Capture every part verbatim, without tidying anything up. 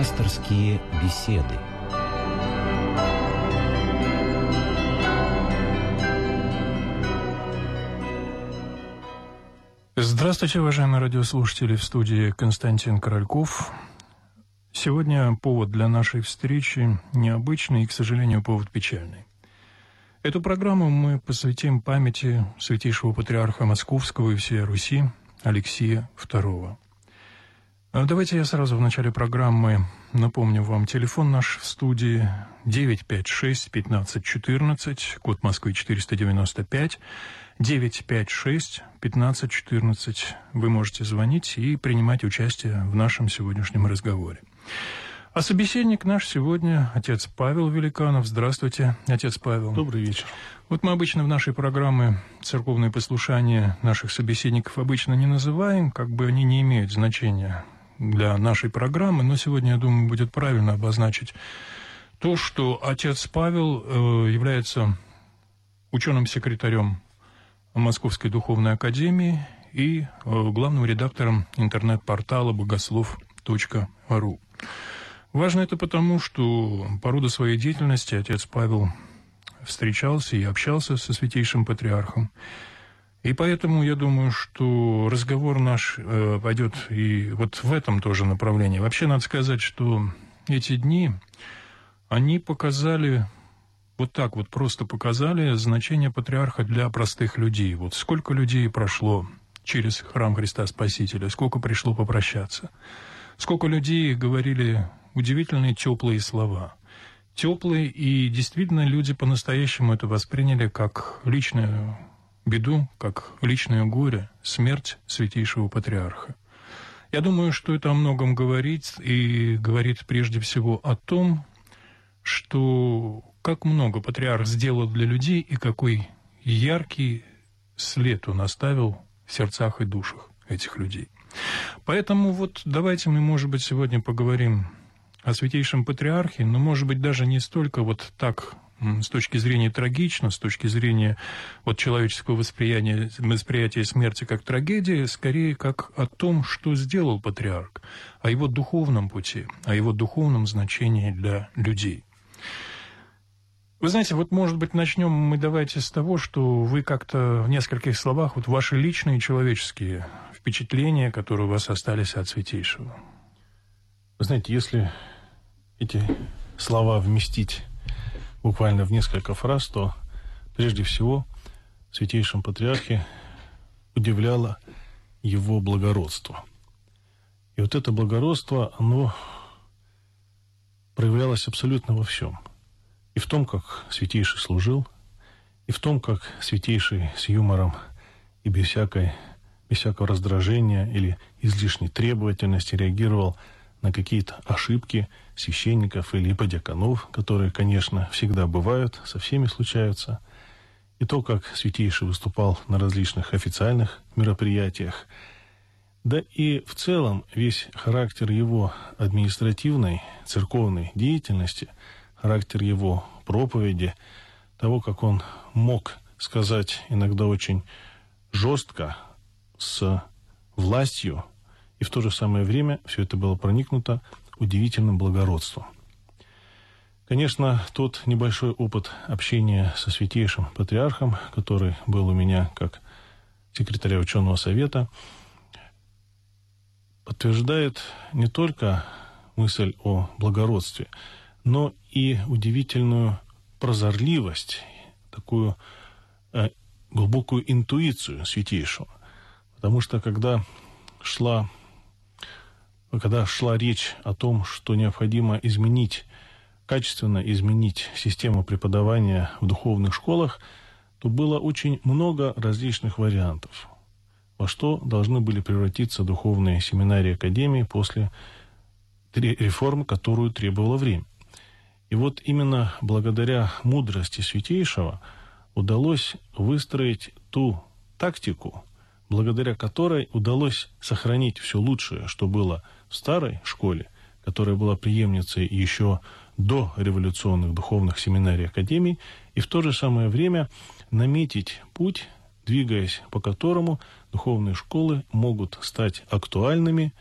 Пасторские беседы. Здравствуйте, уважаемые радиослушатели, в студии Константин Корольков. Сегодня повод для нашей встречи необычный и, к сожалению, повод печальный. Эту программу мы посвятим памяти святейшего патриарха Московского и всей Руси Алексия второго. Давайте я сразу в начале программы напомню вам телефон наш в студии девять пять шесть пятнадцать четырнадцать, код Москвы четыреста девяносто пять, девять пять шесть пятнадцать четырнадцать. Вы можете звонить и принимать участие в нашем сегодняшнем разговоре. А собеседник наш сегодня отец Павел Великанов. Здравствуйте, отец Павел. Добрый вечер. Вот мы обычно в нашей программе церковные послушания наших собеседников обычно не называем, как бы они не имеют значения для нашей программы, но сегодня, я думаю, будет правильно обозначить то, что отец Павел э, является ученым-секретарем Московской духовной академии и э, главным редактором интернет-портала богослов точка ру. Важно это потому, что по роду своей деятельности отец Павел встречался и общался со святейшим патриархом. И поэтому я думаю, что разговор наш э, пойдет и вот в этом тоже направлении. Вообще, надо сказать, что эти дни, они показали, вот так вот просто показали значение патриарха для простых людей. Вот сколько людей прошло через храм Христа Спасителя, сколько пришло попрощаться. Сколько людей говорили удивительные теплые слова. Теплые, и действительно люди по-настоящему это восприняли как личную беду, как личное горе, смерть святейшего патриарха. Я думаю, что это о многом говорит, и говорит прежде всего о том, что как много патриарх сделал для людей, и какой яркий след он оставил в сердцах и душах этих людей. Поэтому вот давайте мы, может быть, сегодня поговорим о святейшем патриархе, но, может быть, даже не столько вот так, с точки зрения трагично, с точки зрения вот человеческого восприятия, восприятия смерти как трагедии, скорее как о том, что сделал патриарх, о его духовном пути, о его духовном значении для людей. Вы знаете, вот, может быть, начнем мы давайте с того, что вы как-то в нескольких словах, вот ваши личные человеческие впечатления, которые у вас остались от святейшего. Вы знаете, если эти слова вместить буквально в несколько фраз, то прежде всего в святейшем патриархе удивляло его благородство. И вот это благородство, оно проявлялось абсолютно во всем. И в том, как святейший служил, и в том, как святейший с юмором и без всякой, без всякого раздражения или излишней требовательности реагировал на какие-то ошибки священников или еподиаконов, которые, конечно, всегда бывают, со всеми случаются. И то, как святейший выступал на различных официальных мероприятиях. Да и в целом весь характер его административной, церковной деятельности, характер его проповеди, того, как он мог сказать иногда очень жестко, с властью, и в то же самое время все это было проникнуто удивительным благородством. Конечно, тот небольшой опыт общения со святейшим патриархом, который был у меня как секретаря ученого совета, подтверждает не только мысль о благородстве, но и удивительную прозорливость, такую э, глубокую интуицию святейшего. Потому что когда шла, когда шла речь о том, что необходимо изменить, качественно изменить систему преподавания в духовных школах, то было очень много различных вариантов, во что должны были превратиться духовные семинарии академии после реформы, которую требовало время. И вот именно благодаря мудрости святейшего удалось выстроить ту тактику, благодаря которой удалось сохранить все лучшее, что было в старой школе, которая была преемницей еще до революционных духовных семинарий академий, и в то же самое время наметить путь, двигаясь по которому духовные школы могут стать актуальными,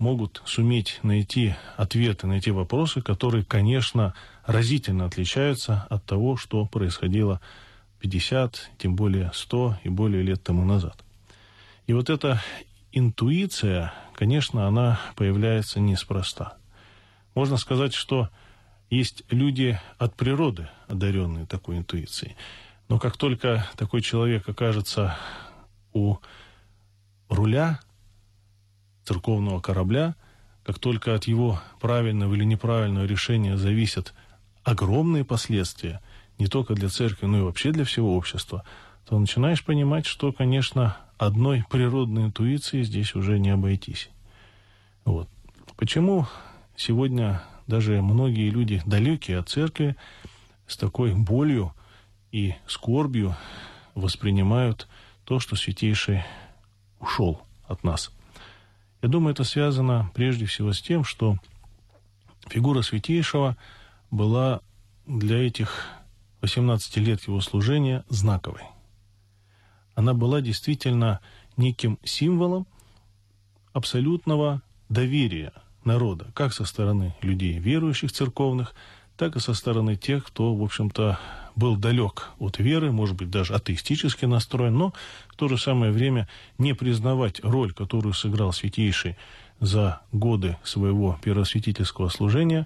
могут суметь найти ответы на те вопросы, которые, конечно, разительно отличаются от того, что происходило пятьдесят, тем более сто и более лет тому назад. И вот эта интуиция, конечно, она появляется неспроста. Можно сказать, что есть люди от природы, одаренные такой интуицией. Но как только такой человек окажется у руля церковного корабля, как только от его правильного или неправильного решения зависят огромные последствия, не только для церкви, но и вообще для всего общества, то начинаешь понимать, что, конечно, одной природной интуиции здесь уже не обойтись. Вот. Почему сегодня даже многие люди, далекие от церкви, с такой болью и скорбью воспринимают то, что Святейший ушел от нас? Я думаю, это связано прежде всего с тем, что фигура Святейшего была для этих восемнадцати лет его служения знаковой. Она была действительно неким символом абсолютного доверия народа, как со стороны людей, верующих церковных, так и со стороны тех, кто, в общем-то, был далек от веры, может быть, даже атеистически настроен, но в то же самое время не признавать роль, которую сыграл Святейший за годы своего первосвятительского служения,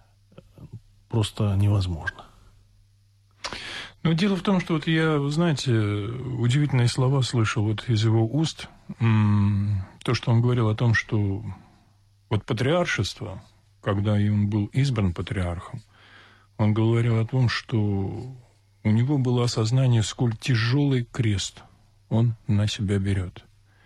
просто невозможно. Но дело в том, что вот я, знаете, удивительные слова слышал вот из его уст. То, что он говорил о том, что вот патриаршество, когда он был избран патриархом, он говорил о том, что у него было осознание, сколь тяжелый крест он на себя берет.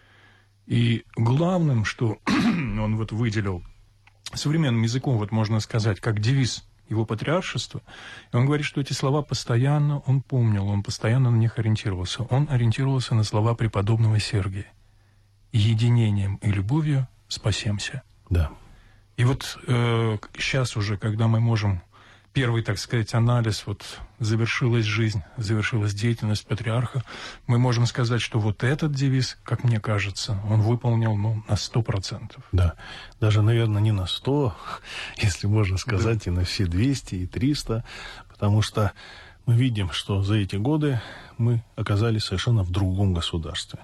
И главным, что он вот выделил современным языком, вот можно сказать, как девиз его патриаршества, и он говорит, что эти слова постоянно он помнил, он постоянно на них ориентировался. Он ориентировался на слова преподобного Сергия: «Единением и любовью спасемся». Да. И вот э, сейчас уже, когда мы можем первый, так сказать, анализ, вот завершилась жизнь, завершилась деятельность патриарха, мы можем сказать, что вот этот девиз, как мне кажется, он выполнил, ну, на сто процентов. Да, даже, наверное, не на сто, если можно сказать, да, и на все двести, и триста, потому что мы видим, что за эти годы мы оказались совершенно в другом государстве.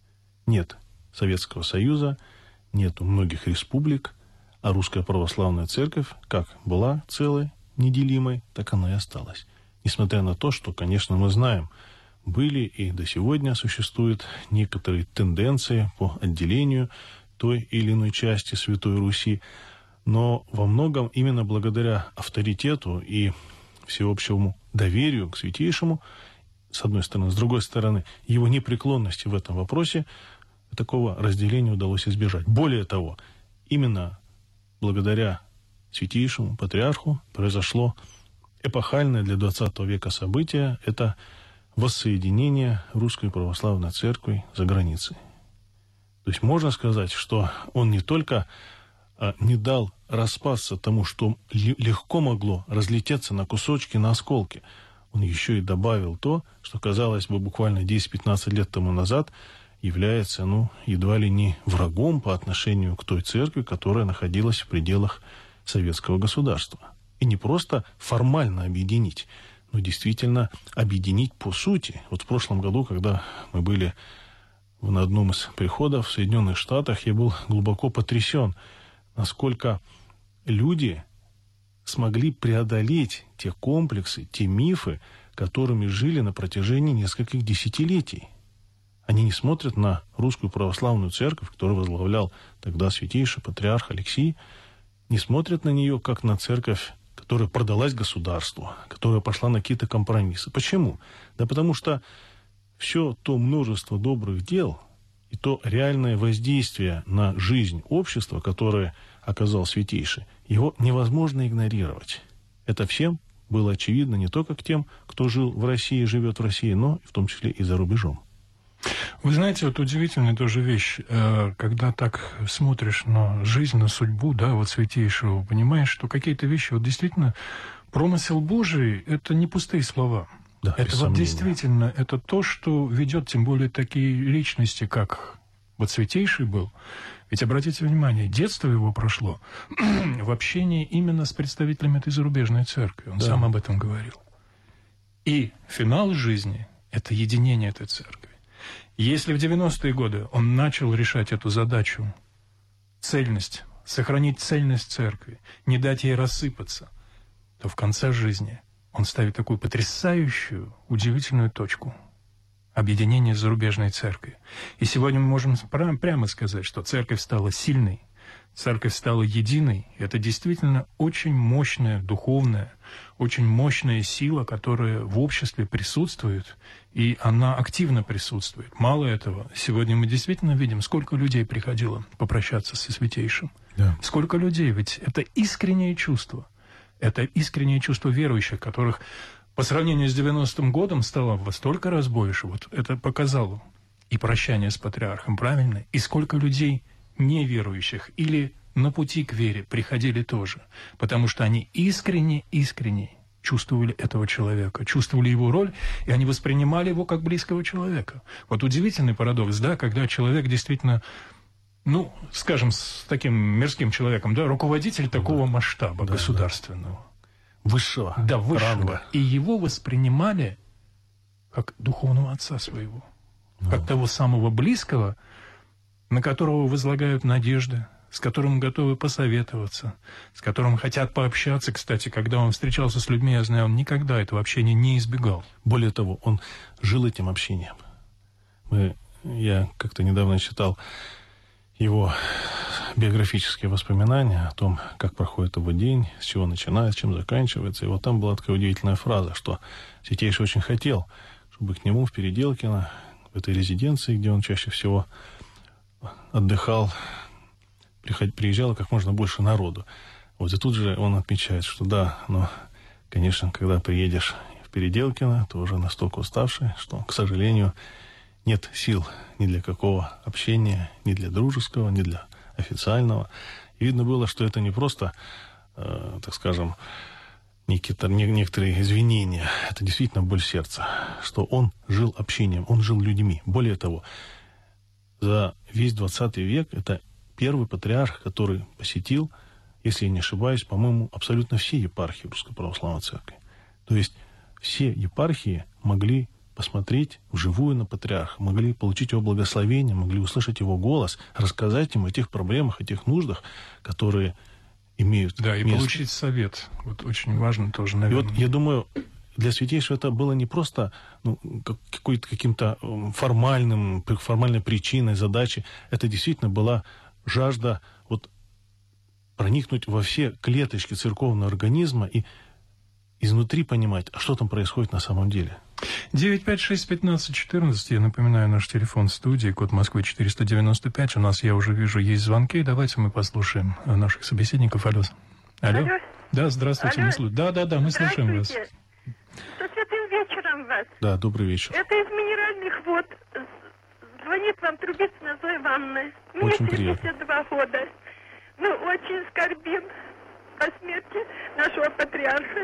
Нет Советского Союза, нету многих республик, а Русская Православная Церковь, как была целой, неделимой, так она и осталась. Несмотря на то, что, конечно, мы знаем, были и до сегодня существуют некоторые тенденции по отделению той или иной части Святой Руси, но во многом именно благодаря авторитету и всеобщему доверию к Святейшему, с одной стороны, с другой стороны, его непреклонности в этом вопросе, такого разделения удалось избежать. Более того, именно благодаря Святейшему Патриарху произошло эпохальное для двадцатого века событие – это воссоединение Русской Православной Церкви за границей. То есть можно сказать, что он не только а, не дал распасться тому, что легко могло разлететься на кусочки, на осколки, он еще и добавил то, что, казалось бы, буквально десять-пятнадцать лет тому назад является, ну, едва ли не врагом по отношению к той церкви, которая находилась в пределах советского государства. И не просто формально объединить, но действительно объединить по сути. Вот в прошлом году, когда мы были на одном из приходов в Соединенных Штатах, я был глубоко потрясен, насколько люди смогли преодолеть те комплексы, те мифы, которыми жили на протяжении нескольких десятилетий. Они не смотрят на Русскую Православную Церковь, которую возглавлял тогда Святейший Патриарх Алексий, не смотрят на нее как на церковь, которая продалась государству, которая пошла на какие-то компромиссы. Почему? Да потому что все то множество добрых дел и то реальное воздействие на жизнь общества, которое оказал Святейший, его невозможно игнорировать. Это всем было очевидно не только к тем, кто жил в России, живет в России, но в том числе и за рубежом. Вы знаете, вот удивительная тоже вещь, когда так смотришь на жизнь, на судьбу, да, вот Святейшего, понимаешь, что какие-то вещи, вот действительно, промысел Божий – это не пустые слова. Да, это вот действительно, это то, что ведет, тем более, такие личности, как Вот Святейший был, ведь обратите внимание, детство его прошло в общении именно с представителями этой зарубежной церкви. Он да. сам об этом говорил. И финал жизни – это единение этой церкви. Если в девяностые годы он начал решать эту задачу, цельность, сохранить цельность церкви, не дать ей рассыпаться, то в конце жизни он ставит такую потрясающую, удивительную точку – объединение с зарубежной церковью. И сегодня мы можем прямо сказать, что церковь стала сильной, церковь стала единой. И это действительно очень мощная духовная, очень мощная сила, которая в обществе присутствует, и она активно присутствует. Мало этого, сегодня мы действительно видим, сколько людей приходило попрощаться со Святейшим. Да. Сколько людей, ведь это искреннее чувство. Это искреннее чувство верующих, которых по сравнению с девяностым годом стало во столько раз больше. Вот это показало и прощание с патриархом, правильно? И сколько людей неверующих или на пути к вере приходили тоже. Потому что они искренне-искренне чувствовали этого человека, чувствовали его роль, и они воспринимали его как близкого человека. Вот удивительный парадокс, да, когда человек действительно, ну, скажем, с таким мирским человеком, да, руководитель такого да. масштаба да, государственного. Да. Высшего. Да, высшего. Ранга. И его воспринимали как духовного отца своего. Ну. Как того самого близкого, на которого возлагают надежды, с которым готовы посоветоваться, с которым хотят пообщаться. Кстати, когда он встречался с людьми, я знаю, он никогда этого общения не избегал. Более того, он жил этим общением. Мы, я как-то недавно читал его биографические воспоминания о том, как проходит его день, с чего начинается, чем заканчивается. И вот там была такая удивительная фраза, что Святейший очень хотел, чтобы к нему в Переделкино, в этой резиденции, где он чаще всего отдыхал, приезжало как можно больше народу. Вот и тут же он отмечает, что да, но, конечно, когда приедешь в Переделкино, то уже настолько уставший, что, к сожалению, нет сил ни для какого общения, ни для дружеского, ни для официального. И видно было, что это не просто, э, так скажем, некие, некоторые извинения. Это действительно боль сердца, что он жил общением, он жил людьми. Более того, за весь двадцатый век это первый патриарх, который посетил, если я не ошибаюсь, по-моему, абсолютно все епархии Русской Православной Церкви. То есть все епархии могли посмотреть вживую на патриарха, могли получить его благословение, могли услышать его голос, рассказать им о тех проблемах, о тех нуждах, которые имеют Да, и место. Получить совет. Вот очень важно тоже, наверное. И вот я думаю, для Святейшего это было не просто ну, какой-то, каким-то формальным, формальной причиной, задачей. Это действительно была жажда вот, проникнуть во все клеточки церковного организма и изнутри понимать, а что там происходит на самом деле. девять пять шесть пятнадцать четырнадцать, я напоминаю, наш телефон в студии, код Москвы четыреста девяносто пять. У нас, я уже вижу, есть звонки. Давайте мы послушаем наших собеседников. Алло. Алло. Алло. Да, здравствуйте. Алло. Мы... Да, да, да, мы слушаем вас. Со святым вечером вас. Да, добрый вечер. Это из Минеральных вод. Звонит вам Трубицына Зоя Ивановна. Мне семьдесят два года. Мы очень скорбим по смерти нашего патриарха.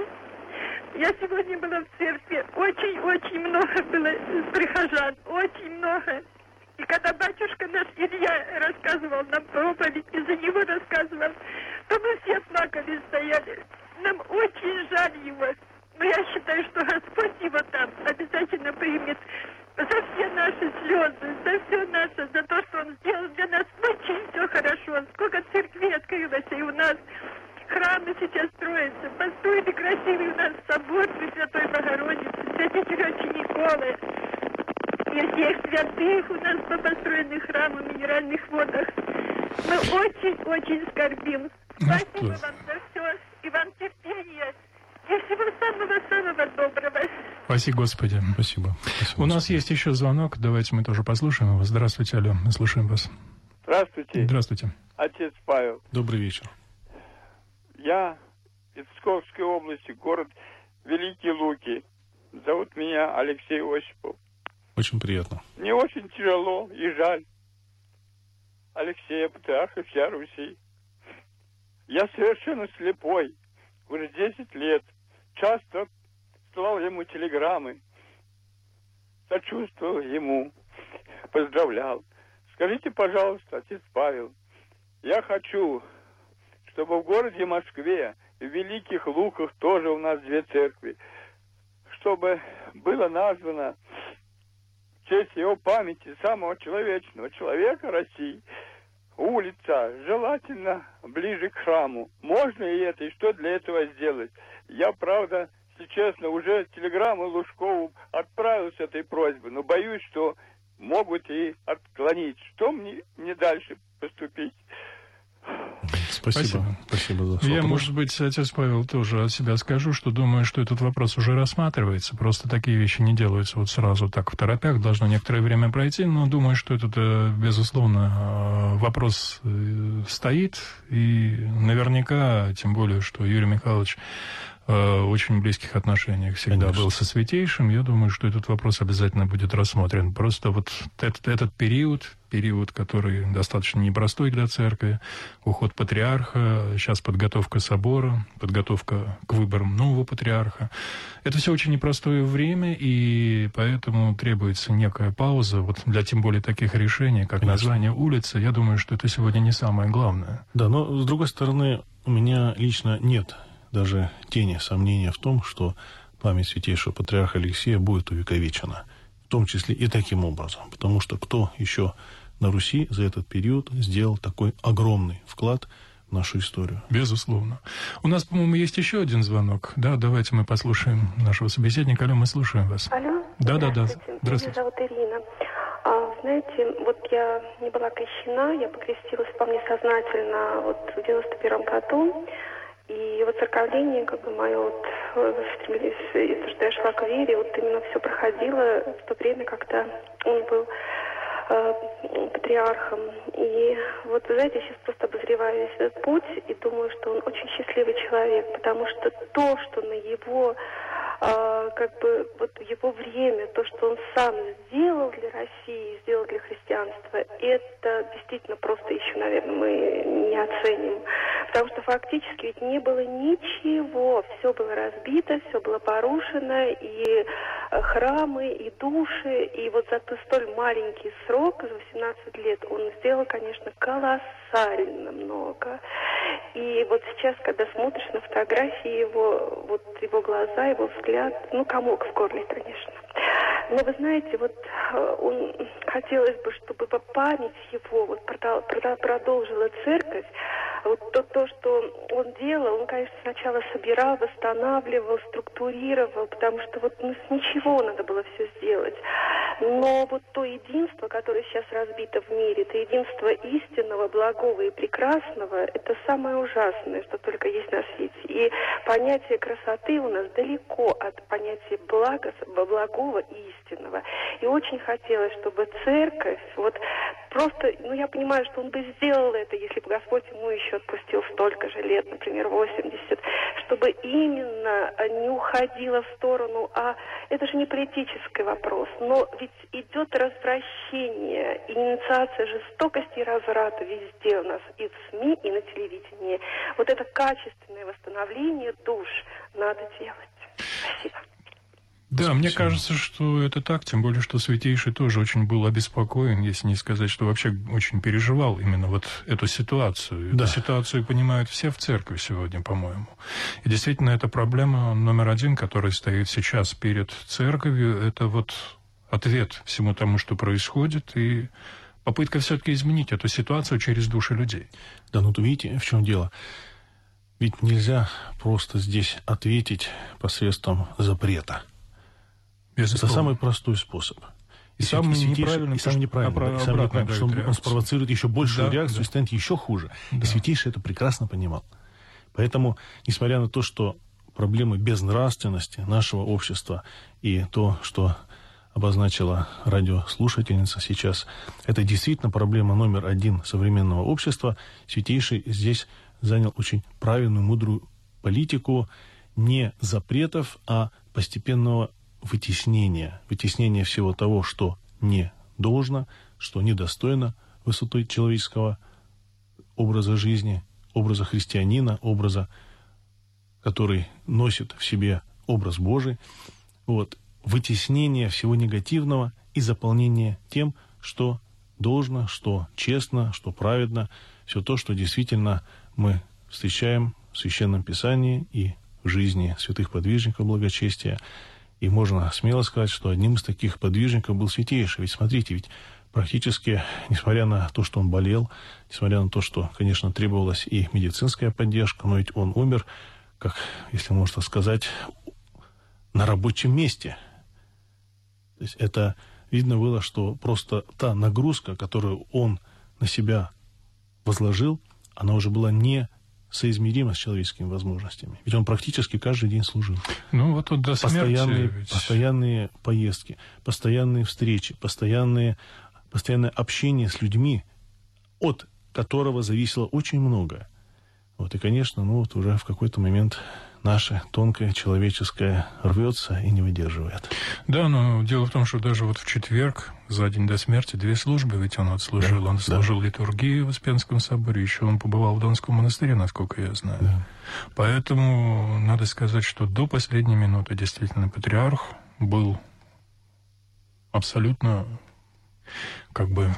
Я сегодня была в церкви. Очень-очень много было прихожан. Очень много. И когда батюшка наш Илья рассказывал нам проповедь, и за него рассказывал, то мы все плакали, стояли. Нам очень жаль его. Но я считаю, что Господь его там обязательно примет за все наши слезы, за все наше, за то, что он сделал для нас очень все хорошо. Сколько церквей открылось и у нас. Храмы сейчас строятся. Построили красивый у нас собор Пресвятой Богородицы, Святителя Николы. И всех святых у нас по построенных храмам в Минеральных водах. Мы очень-очень скорбим. Спасибо вам за все. И вам терпения. И всего самого-самого доброго. Спасибо, Господи. Спасибо. Спасибо. У нас есть еще звонок. Давайте мы тоже послушаем его. Здравствуйте, алло. Мы слушаем вас. Здравствуйте. Здравствуйте. Отец Павел. Добрый вечер. Я из Псковской области, город Великие Луки. Зовут меня Алексей Осипов. Очень приятно. Мне очень тяжело и жаль Алексея, патриарха всей Руси. Я совершенно слепой. Уже десять лет. Часто слал ему телеграммы. Сочувствовал ему. Поздравлял. Скажите, пожалуйста, отец Павел, я хочу, чтобы в городе Москве и в Великих Луках тоже у нас две церкви, чтобы было названо в честь его памяти самого человечного человека России улица, желательно ближе к храму. Можно и это, и что для этого сделать? Я, правда, если честно, уже телеграмму Лужкову отправил с этой просьбой, но боюсь, что могут и отклонить. Что мне, мне дальше поступить? Спасибо. Спасибо, Спасибо за вопрос. Я, может быть, отец Павел, тоже от себя скажу, что думаю, что этот вопрос уже рассматривается. Просто такие вещи не делаются вот сразу так в торопях. Должно некоторое время пройти, но думаю, что этот, безусловно, вопрос стоит. И наверняка, тем более, что Юрий Михайлович в очень близких отношениях всегда Конечно. Был со Святейшим. Я думаю, что этот вопрос обязательно будет рассмотрен. Просто вот этот, этот период, период, который достаточно непростой для церкви, уход патриарха, сейчас подготовка собора, подготовка к выборам нового патриарха. Это все очень непростое время, и поэтому требуется некая пауза вот для тем более таких решений, как Конечно. Название улицы. Я думаю, что это сегодня не самое главное. Да, но с другой стороны, у меня лично нет даже тени сомнения в том, что память святейшего патриарха Алексея будет увековечена, в том числе и таким образом, потому что кто еще на Руси за этот период сделал такой огромный вклад в нашу историю? Безусловно. У нас, по-моему, есть еще один звонок. Да, давайте мы послушаем нашего собеседника. Алло, мы слушаем вас. Алло. Да, да, да. Здравствуйте. Меня зовут Ирина. А, знаете, вот я не была крещена, я покрестилась вполне сознательно вот в девяносто первом году. И вот церковление, как бы, мое, вот, стремились, из-за что я шла к вере, вот именно все проходило в то время, когда он был э, патриархом. И вот, вы знаете, я сейчас просто обозреваю весь этот путь и думаю, что он очень счастливый человек, потому что то, что на его, э, как бы, вот его время, то, что он сам сделал для России, сделал для христианства, это действительно просто еще, наверное, мы не оценим. Потому что фактически ведь не было ничего, все было разбито, все было порушено, и храмы, и души, и вот за столь маленький срок, за восемнадцать лет, он сделал, конечно, колоссально много. И вот сейчас, когда смотришь на фотографии его, вот его глаза, его взгляд, ну, комок в горле, конечно. Но вы знаете, вот он, хотелось бы, чтобы память его вот продолжила церковь. Вот то, то, что он делал, он, конечно, сначала собирал, восстанавливал, структурировал, потому что вот ну, с ничего надо было все сделать. Но вот то единство, которое сейчас разбито в мире, это единство истинного, благого и прекрасного, это самое ужасное, что только есть на свете. И понятие красоты у нас далеко от понятия блага, благого и истинного. И очень хотелось, чтобы церковь, вот просто, ну я понимаю, что он бы сделал это, если бы Господь ему еще отпустил столько же лет, например, восемьдесят, чтобы именно не уходило в сторону, а это же не политический вопрос, но ведь идет развращение, инициация жестокости и разврата везде у нас, и в СМИ, и на телевидении. Вот это качественное восстановление душ надо делать. Спасибо. Да, мне кажется, что это так, тем более, что Святейший тоже очень был обеспокоен, если не сказать, что вообще очень переживал именно вот эту ситуацию. Да. Эту ситуацию понимают все в церкви сегодня, по-моему. И действительно, это проблема номер один, которая стоит сейчас перед церковью, это вот ответ всему тому, что происходит, и попытка все-таки изменить эту ситуацию через души людей. Да, ну, видите, в чем дело? Ведь нельзя просто здесь ответить посредством запрета. Безусловно. Это самый простой способ. И, и самый неправильный, и самый неправильный, да, и самый неправильный, что он, он спровоцирует еще большую да, реакцию, да. и станет еще хуже. Да. И Святейший это прекрасно понимал. Поэтому, несмотря на то, что проблемы безнравственности нашего общества и то, что обозначила радиослушательница сейчас, это действительно проблема номер один современного общества, Святейший здесь занял очень правильную, мудрую политику не запретов, а постепенного вытеснения, вытеснения всего того, что не должно, что недостойно высотой человеческого образа жизни, образа христианина, образа, который носит в себе образ Божий. Вот. Вытеснение всего негативного и заполнение тем, что должно, что честно, что праведно, все то, что действительно мы встречаем в Священном Писании и в жизни святых подвижников благочестия. И можно смело сказать, что одним из таких подвижников был Святейший. Ведь смотрите, ведь практически, несмотря на то, что он болел, несмотря на то, что, конечно, требовалась и медицинская поддержка, но ведь он умер, как, если можно сказать, на рабочем месте. То есть это видно было, что просто та нагрузка, которую он на себя возложил, она уже была не соизмеримо с человеческими возможностями. Ведь он практически каждый день служил. Ну, вот тут до смерти Постоянные, ведь... постоянные поездки, постоянные встречи, постоянные, постоянное общение с людьми, от которого зависело очень многое. Вот, и, конечно, ну, вот уже в какой-то момент наше тонкое человеческое рвется и не выдерживает. Да, но дело в том, что даже вот в четверг, за день до смерти, две службы ведь он отслужил. Да, он служил да. литургию в Успенском соборе, еще он побывал в Донском монастыре, насколько я знаю. Да. Поэтому надо сказать, что до последней минуты действительно патриарх был абсолютно как бы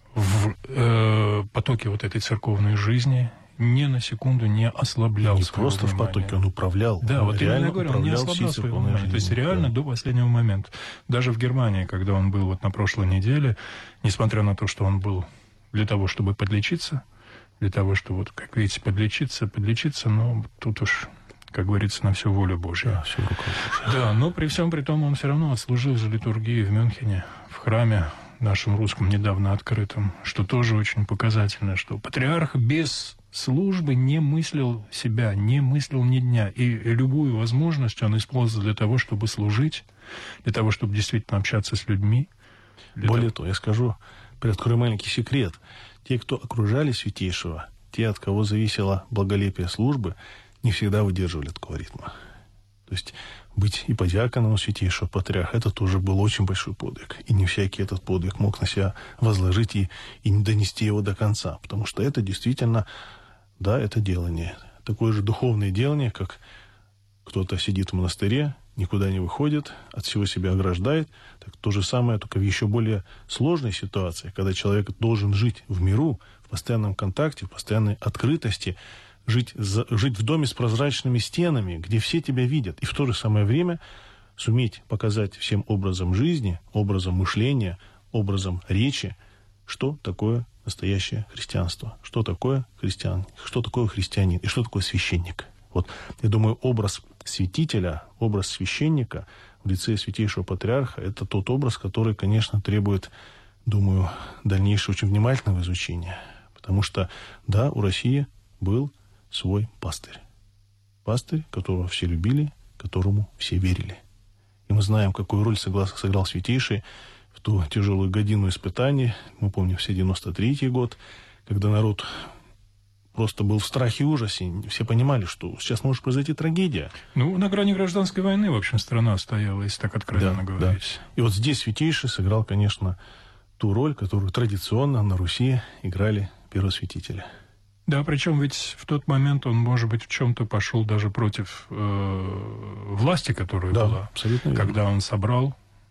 в э, потоке вот этой церковной жизни, ни на секунду не ослаблял не своего просто внимания. В потоке, он управлял. Да, он вот именно говорю, он не ослаблял своего внимания. жизни. То есть реально да. до последнего момента. Даже в Германии, когда он был вот на прошлой неделе, несмотря на то, что он был для того, чтобы подлечиться, для того, чтобы, вот, как видите, подлечиться, подлечиться, но тут уж, как говорится, на всю волю Божью. Да, всю руку Божью. Да, но при всем при том он все равно отслужил же литургию в Мюнхене, в храме нашем русском, недавно открытом, что тоже очень показательно, что патриарх без службы не мыслил себя, не мыслил ни дня. И любую возможность он использовал для того, чтобы служить, для того, чтобы действительно общаться с людьми. Более того, я скажу, приоткрою маленький секрет. Те, кто окружали Святейшего, те, от кого зависело благолепие службы, не всегда выдерживали такого ритма. То есть быть и подьяконом у Святейшего Патриарха, это тоже был очень большой подвиг. И не всякий этот подвиг мог на себя возложить и, и не донести его до конца. Потому что это действительно, да, это делание. Такое же духовное делание, как кто-то сидит в монастыре, никуда не выходит, от всего себя ограждает. Так то же самое, только в еще более сложной ситуации, когда человек должен жить в миру, в постоянном контакте, в постоянной открытости, Жить, за, жить в доме с прозрачными стенами, где все тебя видят, и в то же самое время суметь показать всем образом жизни, образом мышления, образом речи, что такое настоящее христианство, что такое христиан, что такое христианин и что такое священник. Вот, я думаю, образ святителя, образ священника в лице Святейшего Патриарха – это тот образ, который, конечно, требует, думаю, дальнейшего очень внимательного изучения. Потому что, да, у России был свой пастырь. Пастырь, которого все любили, которому все верили. И мы знаем, какую роль сыграл, сыграл Святейший в ту тяжелую годину испытаний. Мы помним все девяносто третий год, когда народ просто был в страхе и ужасе. Все понимали, что сейчас может произойти трагедия. Ну, на грани гражданской войны, в общем, страна стояла, если так откровенно да, говорить. Да. И вот здесь Святейший сыграл, конечно, ту роль, которую традиционно на Руси играли первосвятители. Да, причем ведь в тот момент он, может быть, в чем-то пошел даже против э, власти, которая да, была, абсолютно верно. Когда он собрал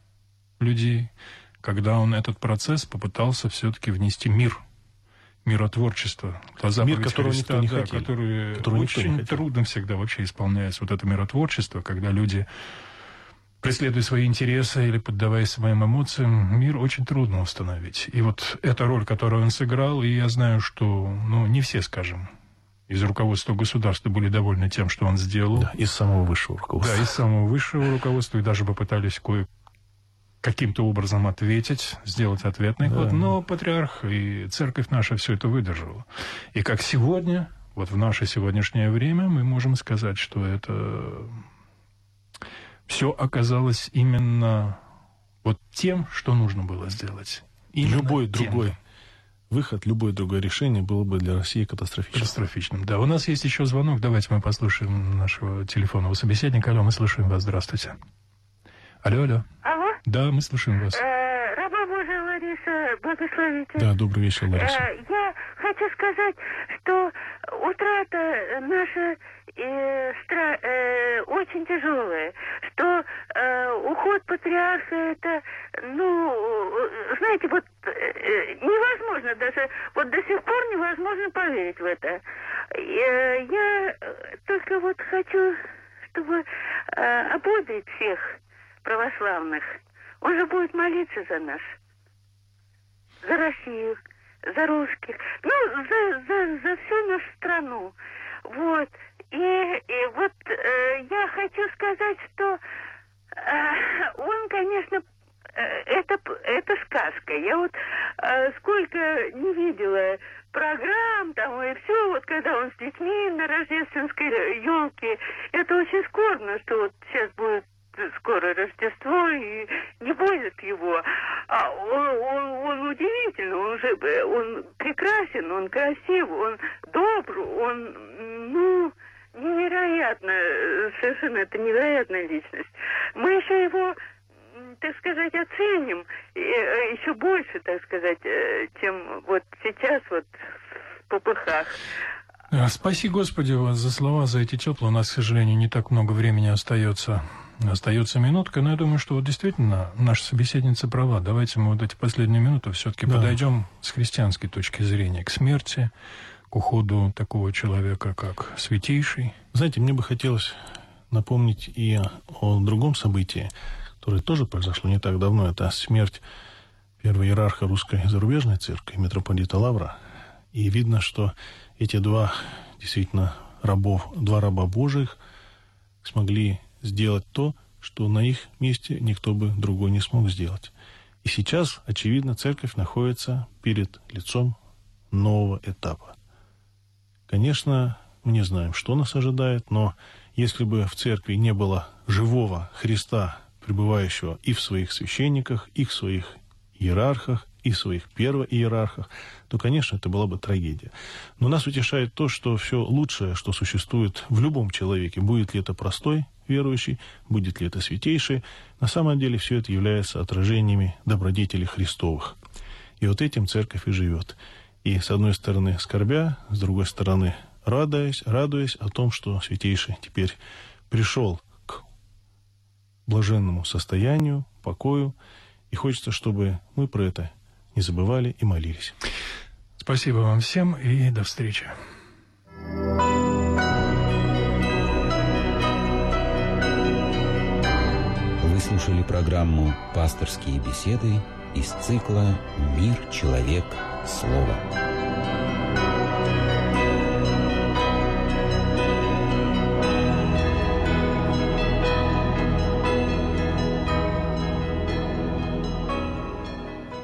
людей, когда он этот процесс попытался все-таки внести мир, миротворчество. Мир, которого Христа, никто не да, хотел. Который которого очень трудно всегда вообще исполняется, вот это миротворчество, когда люди, преследуя свои интересы или поддаваясь своим эмоциям, мир очень трудно установить. И вот эта роль, которую он сыграл, и я знаю, что ну, не все, скажем, из руководства государства были довольны тем, что он сделал. Да, из самого высшего руководства. Да, из самого высшего руководства, и даже попытались кое каким-то образом ответить, сделать ответный ход. Да. Но патриарх и церковь наша все это выдержала. И как сегодня, вот в наше сегодняшнее время, мы можем сказать, что это... все оказалось именно вот тем, что нужно было сделать. Именно любой тем. другой выход, любое другое решение было бы для России катастрофичным. Катастрофичным, да. У нас есть еще звонок. Давайте мы послушаем нашего телефонного собеседника. Алло, мы слушаем вас. Здравствуйте. Алло, алло. Алло. Да, мы слушаем вас. Э, раба Божия Лариса, благословите. Да, добрый вечер, Лариса. Э, я хочу сказать, что утрата наша э, стра- э, очень тяжелая, что э, уход патриарха это, ну, знаете, вот э, невозможно даже, вот до сих пор невозможно поверить в это. Э, я только вот хочу, чтобы э, ободрить всех православных. Он же будет молиться за нас, за Россию, за русских, ну, за, за, за всю нашу страну. Вот. И, и вот э, я хочу сказать, что э, он, конечно, э, это, это сказка. Я вот э, сколько не видела программ там и все, вот когда он с детьми на рождественской елке, это очень скорбно, что вот сейчас будет скоро Рождество, и не будет его. А он, он, он удивительный, он же он прекрасен, он красив, он добр, он, ну, невероятно, совершенно это невероятная личность. Мы еще его, так сказать, оценим еще больше, так сказать, чем вот сейчас вот в попыхах. Спаси Господи вас за слова, за эти теплые. У нас, к сожалению, не так много времени остается. Остается минутка, но я думаю, что вот действительно наша собеседница права. Давайте мы вот эти последние минуты все-таки да. подойдем с христианской точки зрения к смерти, к уходу такого человека, как Святейший. Знаете, мне бы хотелось напомнить и о другом событии, которое тоже произошло не так давно. Это смерть первого иерарха русской зарубежной церкви, митрополита Лавра. И видно, что эти два действительно рабов, два раба Божьих смогли сделать то, что на их месте никто бы другой не смог сделать. И сейчас, очевидно, церковь находится перед лицом нового этапа. Конечно, мы не знаем, что нас ожидает, но если бы в церкви не было живого Христа, пребывающего и в своих священниках, и в своих иерархах, и в своих первоиерархах, то, конечно, это была бы трагедия. Но нас утешает то, что все лучшее, что существует в любом человеке, будет ли это простой верующий, будет ли это святейший, на самом деле все это является отражениями добродетелей Христовых. И вот этим церковь и живет. И с одной стороны скорбя, с другой стороны радуясь, радуясь о том, что святейший теперь пришел к блаженному состоянию, покою. И хочется, чтобы мы про это не забывали и молились. Спасибо вам всем и до встречи. Вы слушали программу «Пасторские беседы» из цикла «Мир, человек, слово».